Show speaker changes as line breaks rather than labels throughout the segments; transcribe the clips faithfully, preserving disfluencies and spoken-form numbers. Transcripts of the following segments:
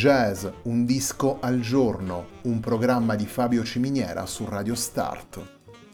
Jazz, un disco al giorno, un programma di Fabio Ciminiera su Radio Start.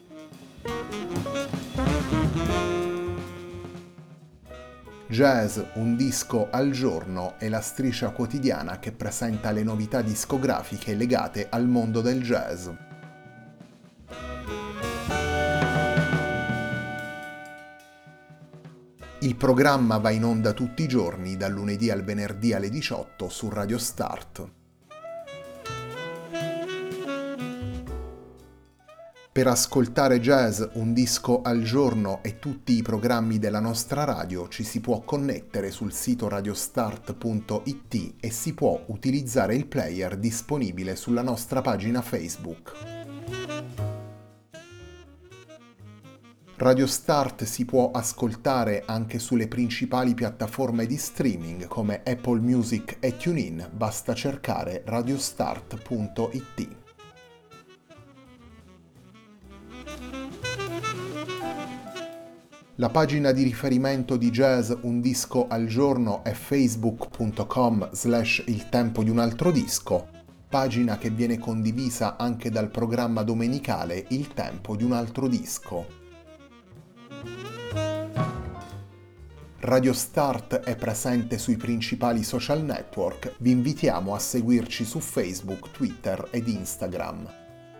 Jazz, un disco al giorno è la striscia quotidiana che presenta le novità discografiche legate al mondo del jazz. Il programma va in onda tutti i giorni, dal lunedì al venerdì alle diciotto su Radio Start. Per ascoltare Jazz, un disco al giorno e tutti i programmi della nostra radio ci si può connettere sul sito radiostart punto it e si può utilizzare il player disponibile sulla nostra pagina Facebook. Radio Start si può ascoltare anche sulle principali piattaforme di streaming come Apple Music e TuneIn, basta cercare radiostart punto it. La pagina di riferimento di Jazz, un disco al giorno è facebook punto com slash il tempo di un altro disco, pagina che viene condivisa anche dal programma domenicale Il tempo di un altro disco. Radio Start è presente sui principali social network, vi invitiamo a seguirci su Facebook, Twitter ed Instagram.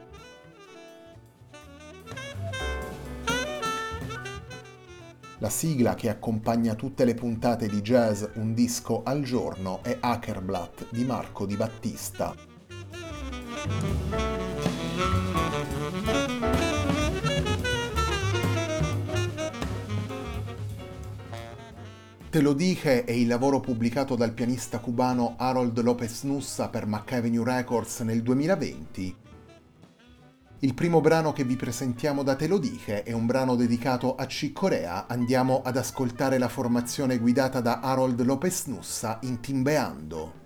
La sigla che accompagna tutte le puntate di Jazz, un disco al giorno è Hackerblatt di Marco Di Battista. Te lo dice è il lavoro pubblicato dal pianista cubano Harold López Nussa per McAvenue Records nel duemilaventi. Il primo brano che vi presentiamo da Te lo dice è un brano dedicato a Chick Corea. Andiamo ad ascoltare la formazione guidata da Harold López Nussa in Timbeando.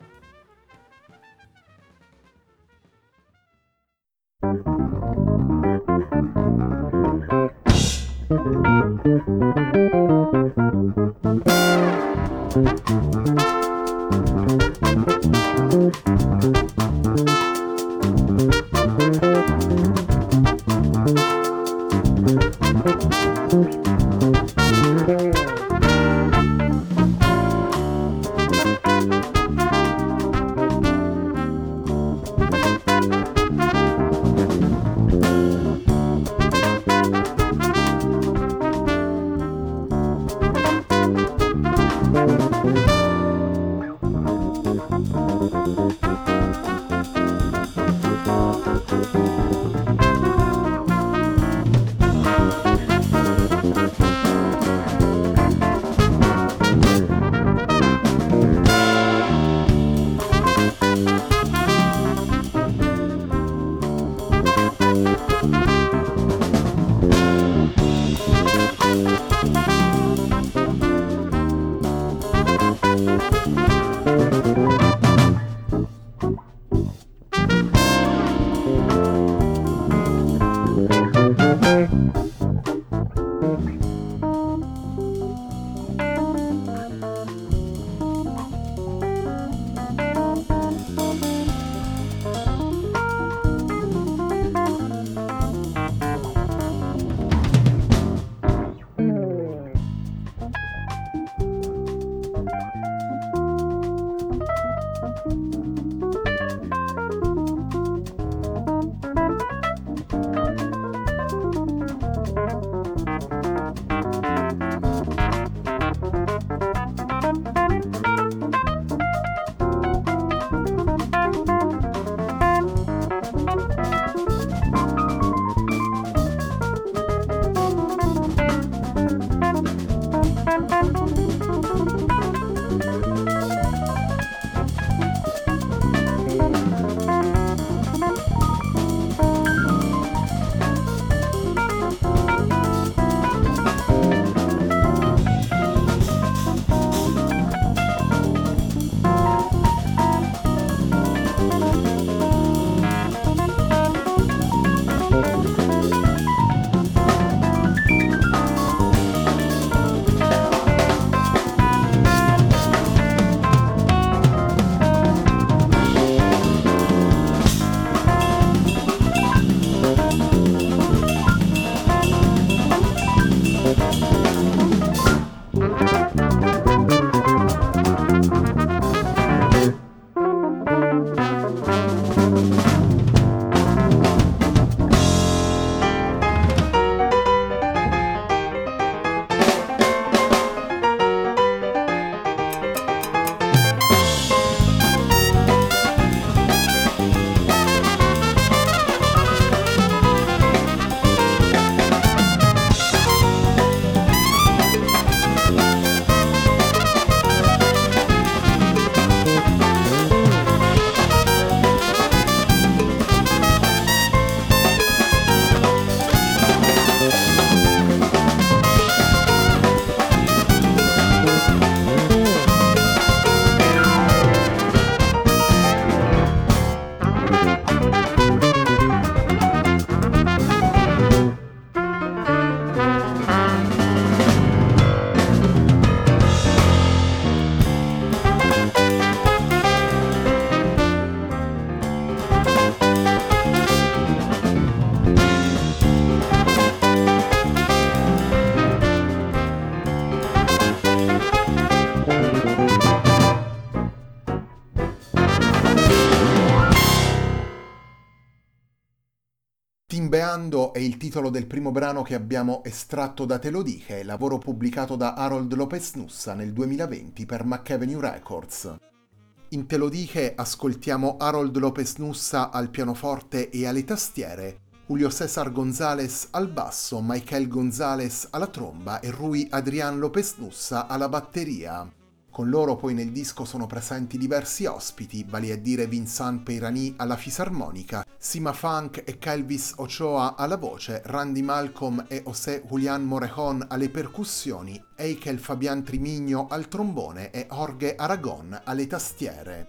Timbeando è il titolo del primo brano che abbiamo estratto da Te lo dice, lavoro pubblicato da Harold Lopez Nussa nel duemilaventi per McAvenue Records. In Te lo dice ascoltiamo Harold Lopez Nussa al pianoforte e alle tastiere, Julio César González al basso, Michael González alla tromba e Rui Adrián Lopez Nussa alla batteria. Con loro poi nel disco sono presenti diversi ospiti, vale a dire Vincent Peirani alla fisarmonica, Sima Funk e Kelvis Ochoa alla voce, Randy Malcolm e José Julián Morejón alle percussioni, Eikel Fabián Trimigno al trombone e Jorge Aragon alle tastiere.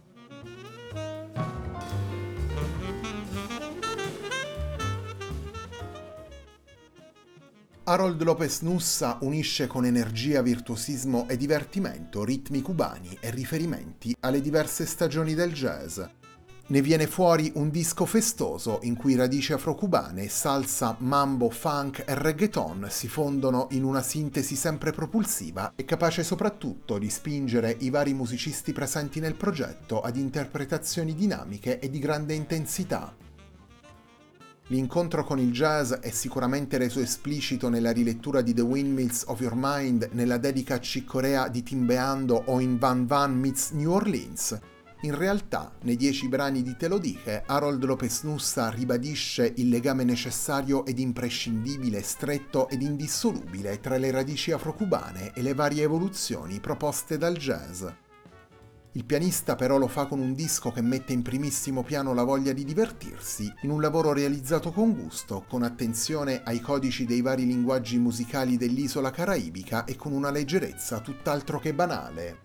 Harold Lopez Nussa unisce con energia, virtuosismo e divertimento ritmi cubani e riferimenti alle diverse stagioni del jazz. Ne viene fuori un disco festoso in cui radici afrocubane, salsa, mambo, funk e reggaeton si fondono in una sintesi sempre propulsiva e capace soprattutto di spingere i vari musicisti presenti nel progetto ad interpretazioni dinamiche e di grande intensità. L'incontro con il jazz è sicuramente reso esplicito nella rilettura di The Windmills of Your Mind, nella dedica a Chick Corea di Timbeando o in Van Van meets New Orleans. In realtà, nei dieci brani di Te lo dice, Harold Lopez Nussa ribadisce il legame necessario ed imprescindibile, stretto ed indissolubile tra le radici afrocubane e le varie evoluzioni proposte dal jazz. Il pianista però lo fa con un disco che mette in primissimo piano la voglia di divertirsi, in un lavoro realizzato con gusto, con attenzione ai codici dei vari linguaggi musicali dell'isola caraibica e con una leggerezza tutt'altro che banale.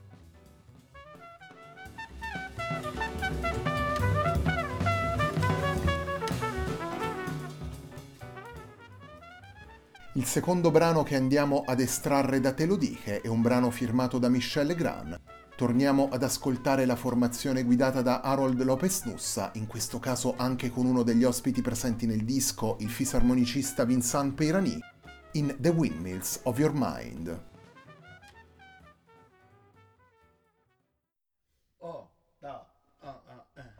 Il secondo brano che andiamo ad estrarre da Te lo dice è un brano firmato da Michel Legrand. Torniamo ad ascoltare la formazione guidata da Harold Lopez Nussa, in questo caso anche con uno degli ospiti presenti nel disco, il fisarmonicista Vincent Peirani, in The Windmills of Your Mind.
Oh, no. uh, uh, uh.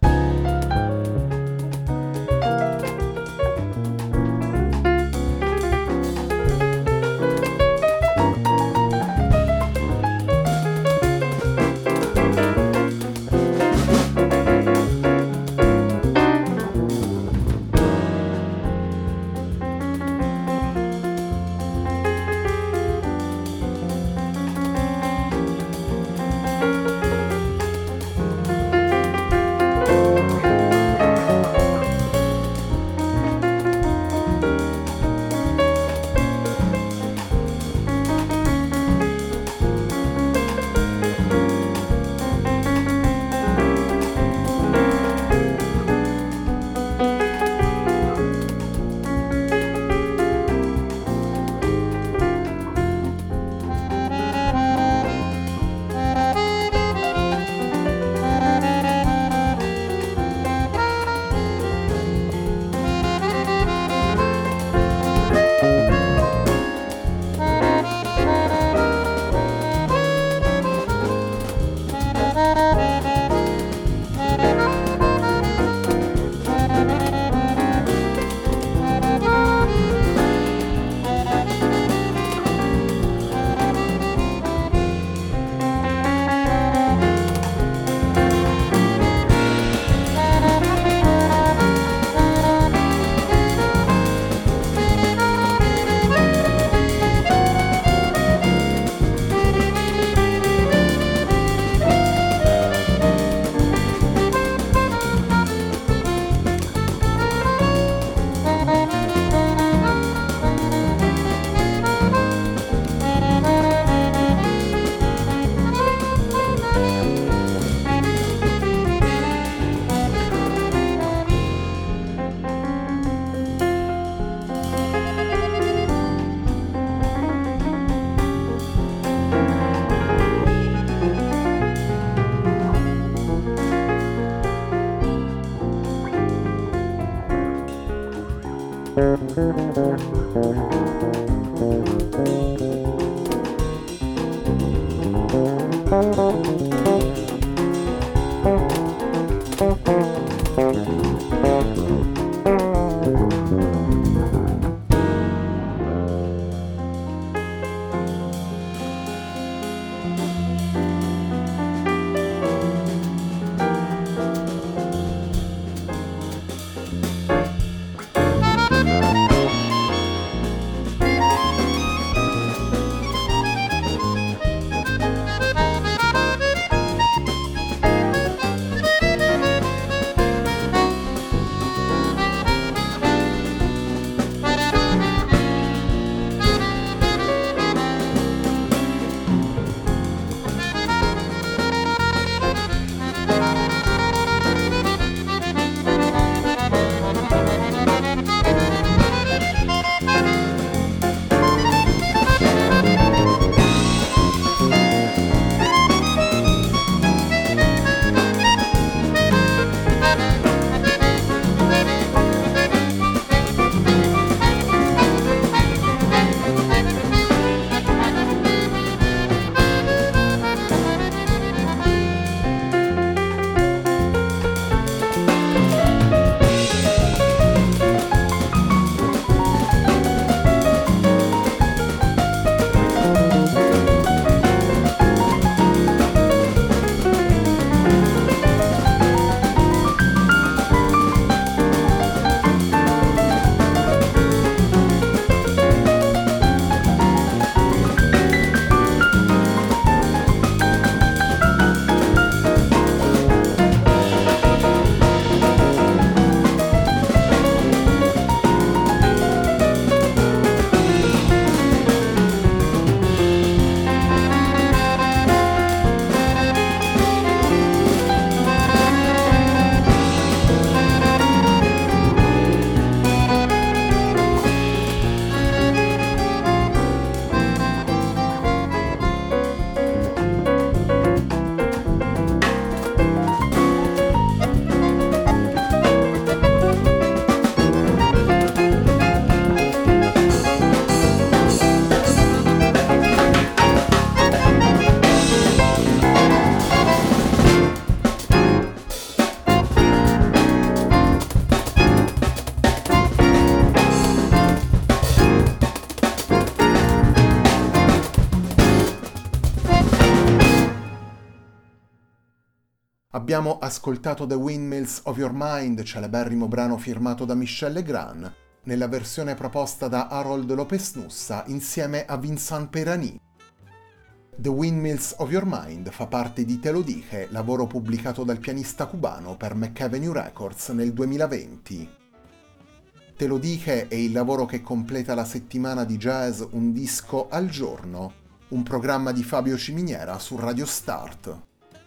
Abbiamo ascoltato The Windmills of Your Mind, celeberrimo brano firmato da Michel Legrand, nella versione proposta da Harold Lopez Nussa insieme a Vincent Peyrani. The Windmills of Your Mind fa parte di Te lo dije, lavoro pubblicato dal pianista cubano per McAvenue Records nel duemilaventi. Te lo dije è il lavoro che completa la settimana di jazz Un disco al giorno, un programma di Fabio Ciminiera su Radio Start.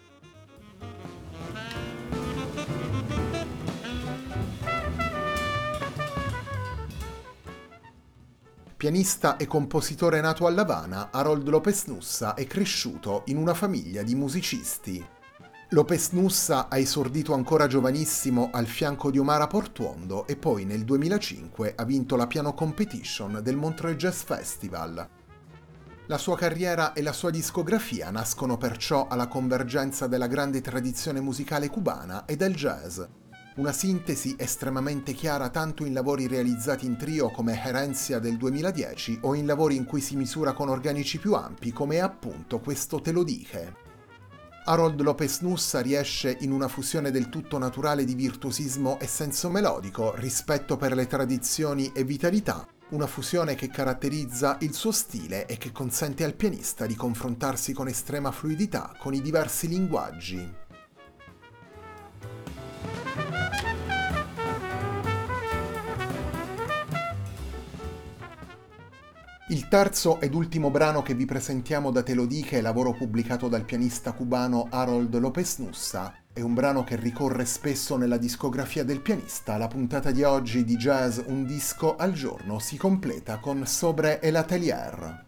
Pianista e compositore nato a L'Avana, Harold Lopez Nussa è cresciuto in una famiglia di musicisti. Lopez Nussa ha esordito ancora giovanissimo al fianco di Omara Portuondo e poi nel duemilacinque ha vinto la Piano Competition del Montreux Jazz Festival. La sua carriera e la sua discografia nascono perciò alla convergenza della grande tradizione musicale cubana e del jazz. Una sintesi estremamente chiara tanto in lavori realizzati in trio come Herencia del duemiladieci o in lavori in cui si misura con organici più ampi come è appunto questo Te lo dije. Harold Lopez Nussa riesce in una fusione del tutto naturale di virtuosismo e senso melodico, rispetto per le tradizioni e vitalità, una fusione che caratterizza il suo stile e che consente al pianista di confrontarsi con estrema fluidità con i diversi linguaggi. Il terzo ed ultimo brano che vi presentiamo da Te lo dije, lavoro pubblicato dal pianista cubano Harold Lopez Nussa, è un brano che ricorre spesso nella discografia del pianista. La puntata di oggi di Jazz Un disco al giorno si completa con Sobre el Atelier.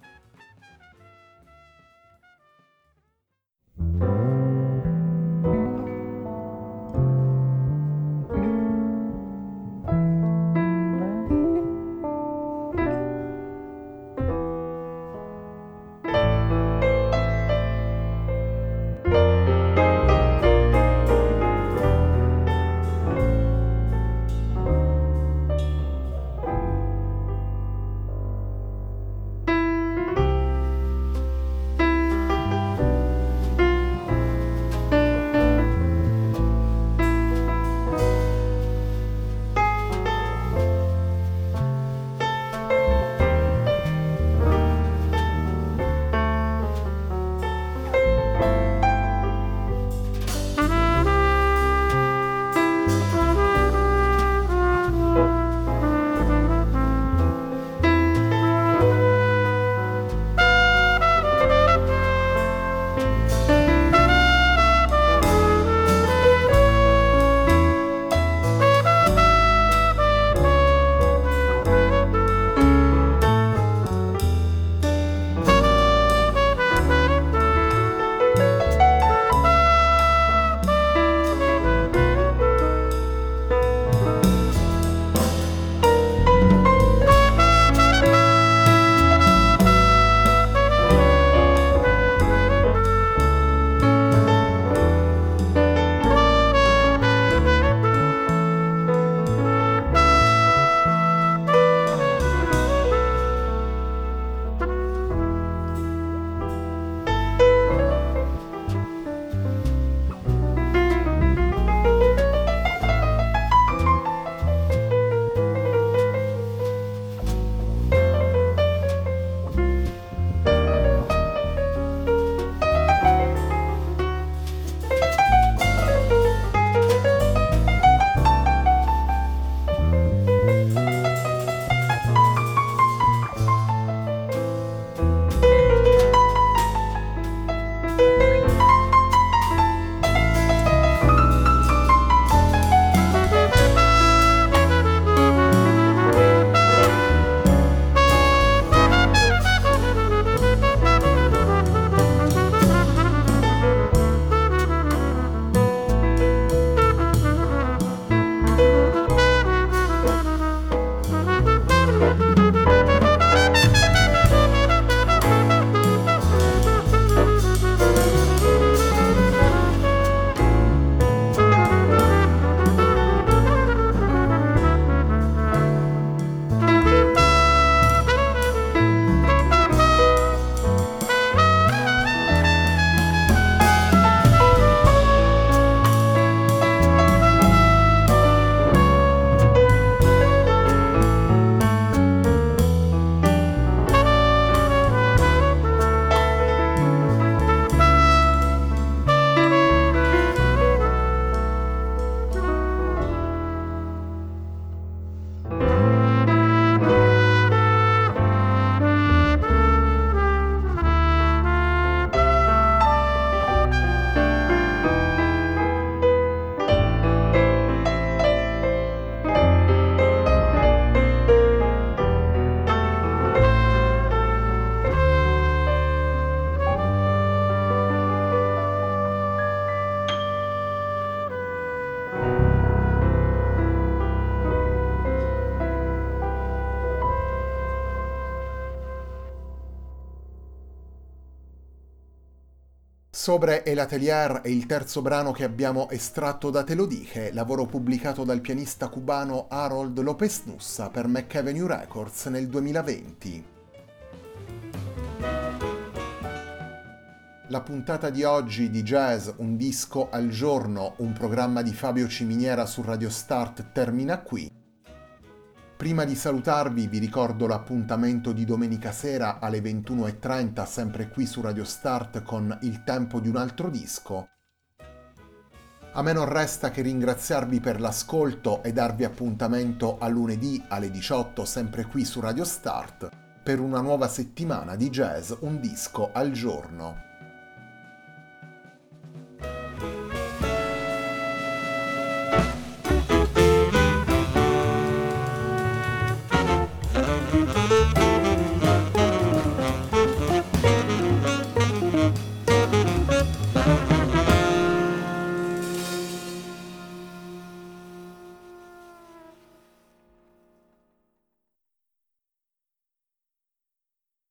Sobre e l'Atelier è il terzo brano che abbiamo estratto da Te lo dice, lavoro pubblicato dal pianista cubano Harold Lopez Nussa per McAvenue Records nel duemilaventi. La puntata di oggi di Jazz Un disco al giorno, un programma di Fabio Ciminiera su Radio Start termina qui. Prima di salutarvi vi ricordo l'appuntamento di domenica sera alle ventuno e trenta sempre qui su Radio Start con Il tempo di un altro disco. A me non resta che ringraziarvi per l'ascolto e darvi appuntamento a lunedì alle diciotto sempre qui su Radio Start per una nuova settimana di Jazz Un disco al giorno.